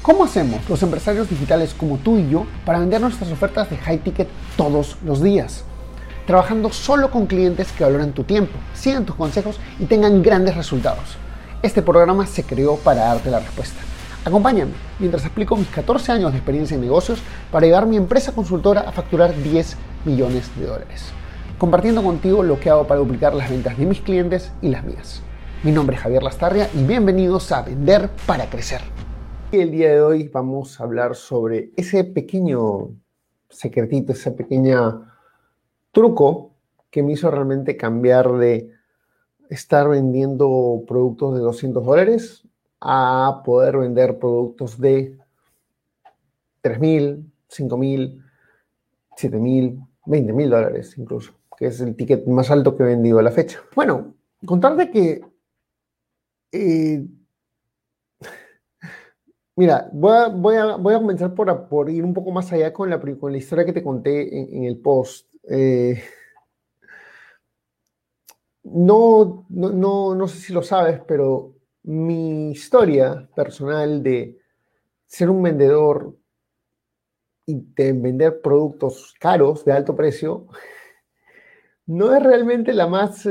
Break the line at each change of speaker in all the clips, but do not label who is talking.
¿Cómo hacemos los empresarios digitales como tú y yo para vender nuestras ofertas de high ticket todos los días? Trabajando solo con clientes que valoran tu tiempo, sigan tus consejos y tengan grandes resultados. Este programa se creó para darte la respuesta. Acompáñame mientras explico mis 14 años de experiencia en negocios para llevar mi empresa consultora a facturar 10 millones de dólares. Compartiendo contigo lo que hago para duplicar las ventas de mis clientes y las mías. Mi nombre es Javier Lastarria y bienvenidos a Vender para Crecer. El día de hoy vamos a hablar sobre ese pequeño secretito, ese pequeño truco que me hizo realmente cambiar de estar vendiendo productos de $200 a poder vender productos de $3,000, $5,000, $7,000, $20,000 incluso, que es el ticket más alto que he vendido a la fecha. Bueno, contarte que mira, voy a comenzar por ir un poco más allá con la historia que te conté en el post. No sé si lo sabes, pero mi historia personal de ser un vendedor y de vender productos caros de alto precio no es realmente la más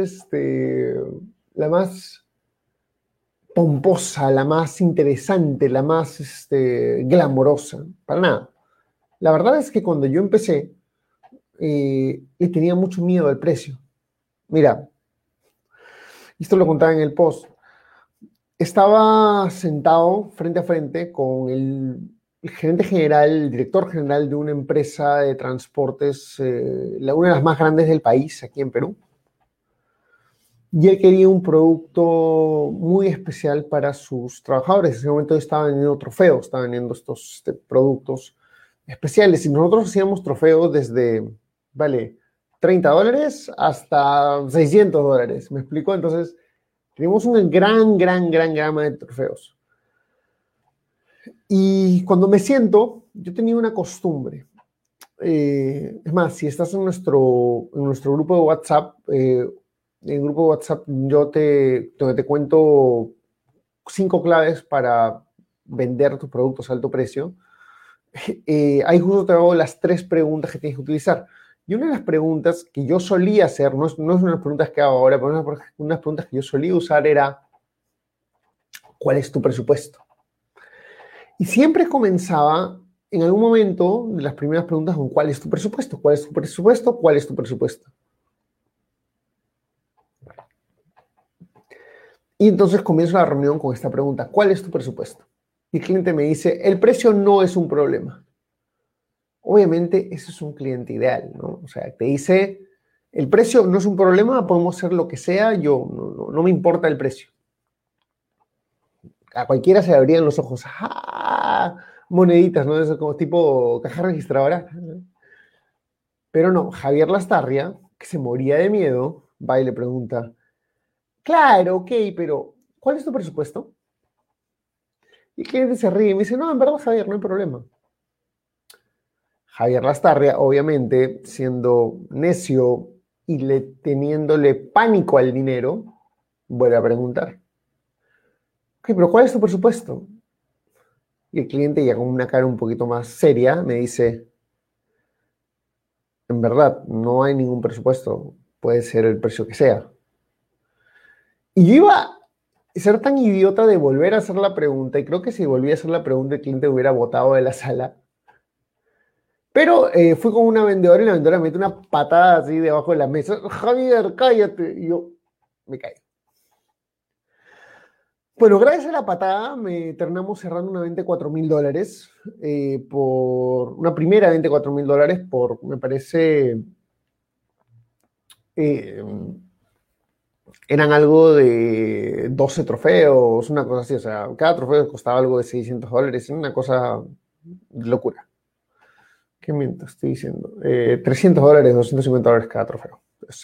pomposa, la más interesante, la más glamorosa, para nada. La verdad es que cuando yo empecé, le tenía mucho miedo al precio. Mira, esto lo contaba en el post. Estaba sentado frente a frente con el gerente general, el director general de una empresa de transportes, una de las más grandes del país, aquí en Perú. Y él quería un producto muy especial para sus trabajadores. En ese momento estaba vendiendo trofeos, estaba vendiendo estos productos especiales. Y nosotros hacíamos trofeos desde, $30 hasta $600. ¿Me explico? Entonces, teníamos una gran gama de trofeos. Y cuando me siento, yo tenía una costumbre. Es más, si estás en nuestro grupo de WhatsApp, en el grupo de WhatsApp donde te cuento 5 claves para vender tus productos a alto precio, ahí justo te hago las 3 preguntas que tienes que utilizar. Y una de las preguntas que yo solía hacer, no es una de las preguntas que hago ahora, pero una de las preguntas que yo solía usar era: ¿cuál es tu presupuesto? Y siempre comenzaba en algún momento de las primeras preguntas con: ¿cuál es tu presupuesto? ¿Cuál es tu presupuesto? ¿Cuál es tu presupuesto? Y entonces comienzo la reunión con esta pregunta: ¿cuál es tu presupuesto? Y el cliente me dice: el precio no es un problema. Obviamente, ese es un cliente ideal, ¿no? O sea, te dice: el precio no es un problema, podemos hacer lo que sea, no me importa el precio. A cualquiera se le abrían los ojos. ¡Ah! Moneditas, ¿no? Eso como tipo caja registradora. Pero no, Javier Lastarria, que se moría de miedo, va y le pregunta: claro, ok, pero ¿cuál es tu presupuesto? Y el cliente se ríe y me dice: no, en verdad, Javier, no hay problema. Javier Lastarria, obviamente, siendo necio y teniéndole pánico al dinero, vuelve a preguntar: ok, pero ¿cuál es tu presupuesto? Y el cliente, ya con una cara un poquito más seria, me dice: en verdad, no hay ningún presupuesto, puede ser el precio que sea. Y yo iba a ser tan idiota de volver a hacer la pregunta, y creo que si volvía a hacer la pregunta el cliente hubiera botado de la sala. Pero fui con una vendedora y la vendedora me mete una patada así debajo de la mesa: Javier, cállate. Y yo me caí. Bueno, gracias a la patada terminamos cerrando una venta de $4,000, por una primera venta de $4,000 por, me parece, eran algo de 12 trofeos, una cosa así. O sea, cada trofeo costaba algo de $600, una cosa de locura. ¿Qué miento estoy diciendo? $300, $250 cada trofeo. Entonces,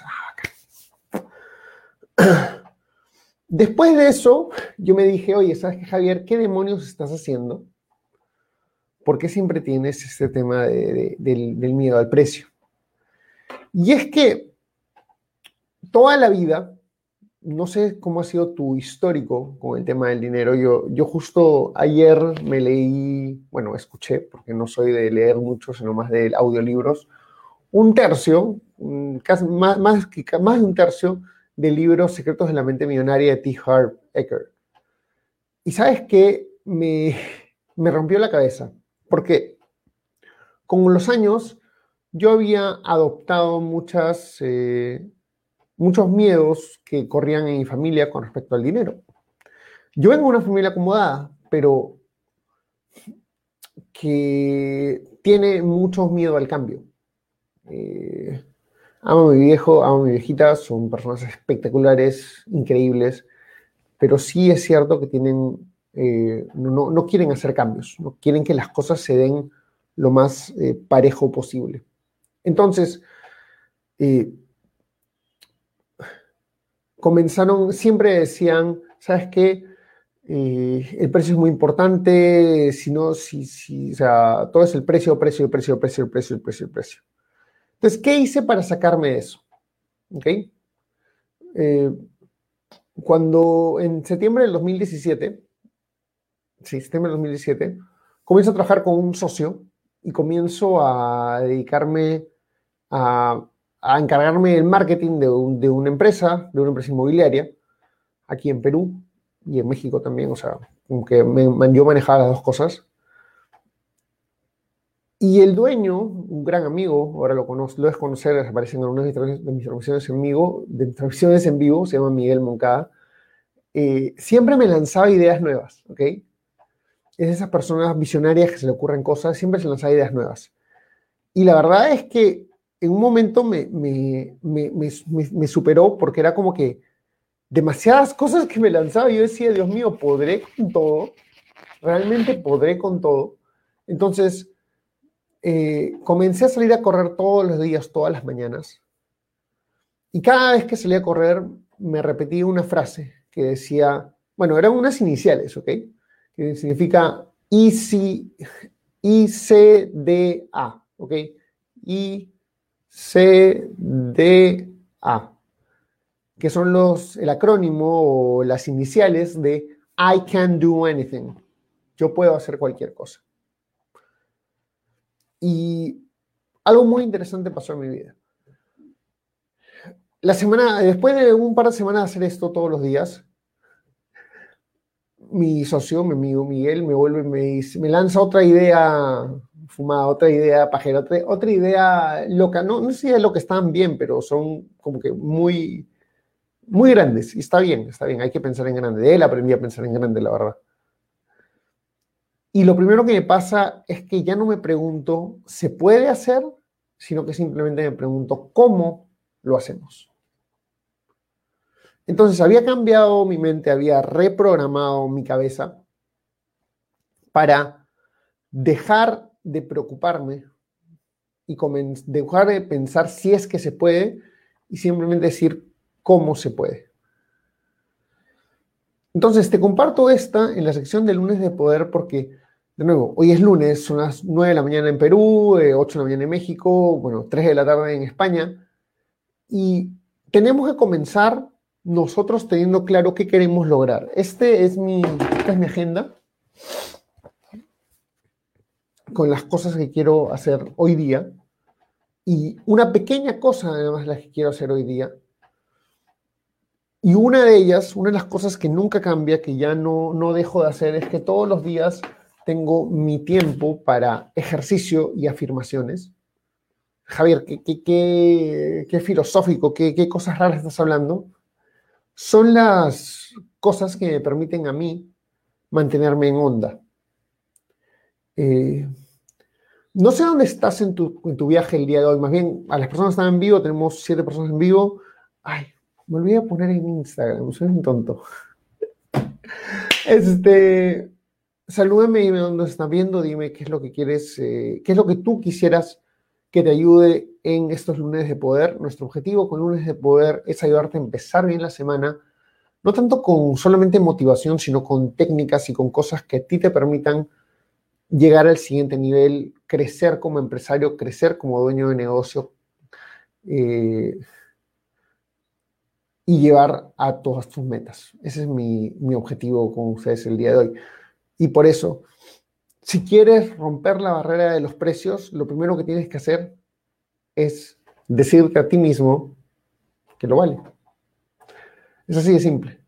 después de eso, yo me dije: oye, ¿sabes qué, Javier? ¿Qué demonios estás haciendo? ¿Por qué siempre tienes este tema del miedo al precio? Y es que toda la vida no sé cómo ha sido tu histórico con el tema del dinero. Yo justo ayer me leí, bueno, escuché, porque no soy de leer mucho, sino más de audiolibros, un tercio, casi más de un tercio del libro Secretos de la Mente Millonaria de T. Harv Eker. Y sabes qué, me rompió la cabeza, porque con los años yo había adoptado muchos miedos que corrían en mi familia con respecto al dinero. Yo vengo de una familia acomodada, pero que tiene mucho miedo al cambio. Amo a mi viejo, amo a mi viejita, son personas espectaculares, increíbles, pero sí es cierto que no quieren hacer cambios, no quieren que las cosas se den lo más parejo posible. Entonces, eh, siempre decían, ¿sabes qué? El precio es muy importante, o sea, todo es el precio. Entonces, ¿qué hice para sacarme de eso? ¿Ok? Eh, Cuando en septiembre del 2017, sí, septiembre del 2017, comienzo a trabajar con un socio y comienzo a dedicarme a, a encargarme del marketing de una empresa inmobiliaria, aquí en Perú y en México también, o sea, como que yo manejaba las dos cosas. Y el dueño, un gran amigo, ahora lo debes conocer, aparece en algunas de mis transmisiones en vivo, se llama Miguel Moncada. Siempre me lanzaba ideas nuevas, ¿ok? Es de esas personas visionarias que se le ocurren cosas, siempre se lanzaba ideas nuevas. Y la verdad es que en un momento me superó porque era como que demasiadas cosas que me lanzaba y yo decía, Dios mío, ¿podré con todo? ¿Realmente podré con todo? Entonces, comencé a salir a correr todos los días, todas las mañanas. Y cada vez que salía a correr, me repetía una frase que decía, bueno, eran unas iniciales, ¿ok? Que significa ICDA, ¿ok? ICDA, que son el acrónimo o las iniciales de I can do anything. Yo puedo hacer cualquier cosa. Y algo muy interesante pasó en mi vida. Después de un par de semanas de hacer esto todos los días, mi socio, mi amigo Miguel, me lanza otra idea fumada, otra idea pajera, otra idea loca. No sé si es lo que están bien, pero son como que muy, muy grandes. Y está bien, hay que pensar en grande. De él aprendí a pensar en grande, la verdad. Y lo primero que me pasa es que ya no me pregunto, ¿se puede hacer? Sino que simplemente me pregunto, ¿cómo lo hacemos? Entonces había cambiado mi mente, había reprogramado mi cabeza para dejar de preocuparme y dejar de pensar si es que se puede y simplemente decir cómo se puede. Entonces te comparto esta en la sección de lunes de poder porque, de nuevo, hoy es lunes, son las 9 de la mañana en Perú, 8 de la mañana en México, 3 de la tarde en España y tenemos que comenzar nosotros teniendo claro qué queremos lograr. Esta es mi agenda con las cosas que quiero hacer hoy día. Y una pequeña cosa, además, la que quiero hacer hoy día. Y una de las cosas que nunca cambia, que ya no dejo de hacer, es que todos los días tengo mi tiempo para ejercicio y afirmaciones. Javier, qué filosófico, qué cosas raras estás hablando. Son las cosas que me permiten a mí mantenerme en onda. No sé dónde estás en tu viaje el día de hoy. Más bien, a las personas que están en vivo, tenemos 7 personas en vivo. Ay, me olvidé de poner en Instagram, soy un tonto. Salúdame y donde estás viendo, dime qué es lo que quieres, qué es lo que tú quisieras que te ayude en estos lunes de poder. Nuestro objetivo con lunes de poder es ayudarte a empezar bien la semana, no tanto con solamente motivación, sino con técnicas y con cosas que a ti te permitan llegar al siguiente nivel, crecer como empresario, crecer como dueño de negocio. y llevar a todas tus metas. Ese es mi objetivo con ustedes el día de hoy. Y por eso, si quieres romper la barrera de los precios, lo primero que tienes que hacer es decirte a ti mismo que lo vale. Es así de simple.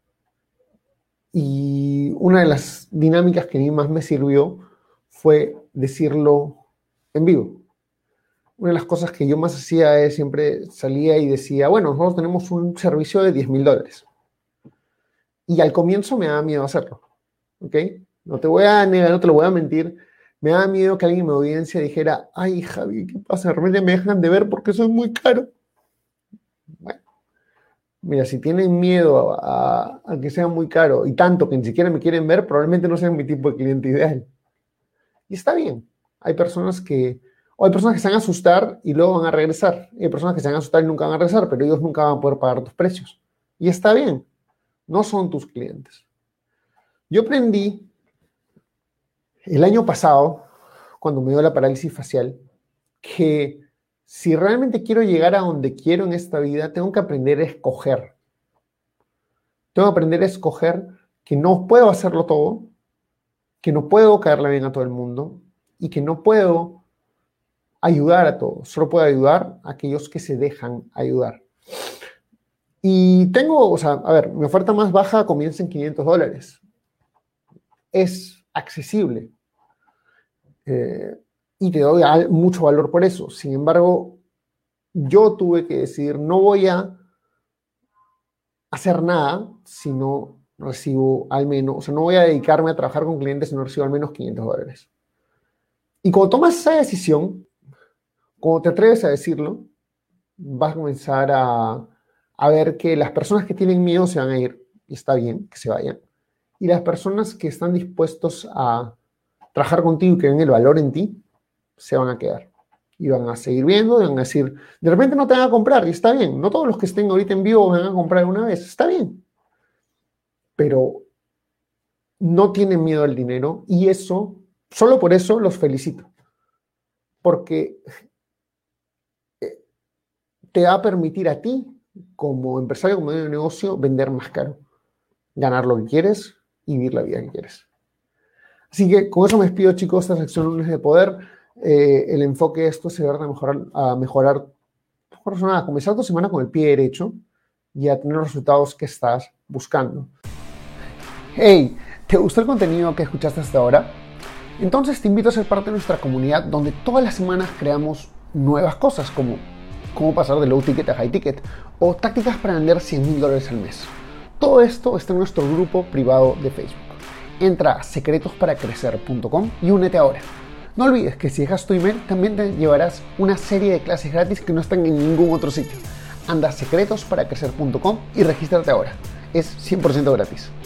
Y una de las dinámicas que a mí más me sirvió fue decirlo en vivo. Una de las cosas que yo más hacía es siempre salía y decía, bueno, nosotros tenemos un servicio de $10,000. Y al comienzo me daba miedo hacerlo, ¿ok? No te voy a negar, no te lo voy a mentir. Me daba miedo que alguien en mi audiencia dijera, ay, Javi, ¿qué pasa? De repente me dejan de ver porque soy muy caro. Bueno, mira, si tienen miedo a que sea muy caro y tanto que ni siquiera me quieren ver, probablemente no sean mi tipo de cliente ideal. Y está bien. Hay personas que se van a asustar y luego van a regresar. Hay personas que se van a asustar y nunca van a regresar, pero ellos nunca van a poder pagar tus precios. Y está bien. No son tus clientes. Yo aprendí el año pasado, cuando me dio la parálisis facial, que si realmente quiero llegar a donde quiero en esta vida, tengo que aprender a escoger. Tengo que aprender a escoger que no puedo hacerlo todo, que no puedo caerle bien a todo el mundo y que no puedo ayudar a todos. Solo puedo ayudar a aquellos que se dejan ayudar. Y tengo, mi oferta más baja comienza en $500. Es accesible. Y te doy mucho valor por eso. Sin embargo, yo tuve que decidir, no voy a hacer nada si no recibo al menos, no voy a dedicarme a trabajar con clientes si no recibo al menos $500. Y cuando tomas esa decisión, cuando te atreves a decirlo, vas a comenzar a ver que las personas que tienen miedo se van a ir, y está bien que se vayan, y las personas que están dispuestos a trabajar contigo y que ven el valor en ti, se van a quedar. Y van a seguir viendo, y van a decir, de repente no te van a comprar, y está bien. No todos los que estén ahorita en vivo van a comprar una vez, está bien. Pero no tienen miedo al dinero, y eso, solo por eso los felicito. Porque te va a permitir a ti, como empresario, como dueño de negocio, vender más caro, ganar lo que quieres y vivir la vida que quieres. Así que con eso me despido, chicos, esta sección Lunes de Poder. El enfoque de esto es a mejorar, comenzar tu semana con el pie derecho y a tener los resultados que estás buscando. Hey, ¿te gustó el contenido que escuchaste hasta ahora? Entonces te invito a ser parte de nuestra comunidad donde todas las semanas creamos nuevas cosas como cómo pasar de low ticket a high ticket o tácticas para vender $100,000 al mes. Todo esto está en nuestro grupo privado de Facebook. Entra a secretosparacrecer.com y únete ahora. No olvides que si dejas tu email también te llevarás una serie de clases gratis que no están en ningún otro sitio. Anda a secretosparacrecer.com y regístrate ahora. Es 100% gratis.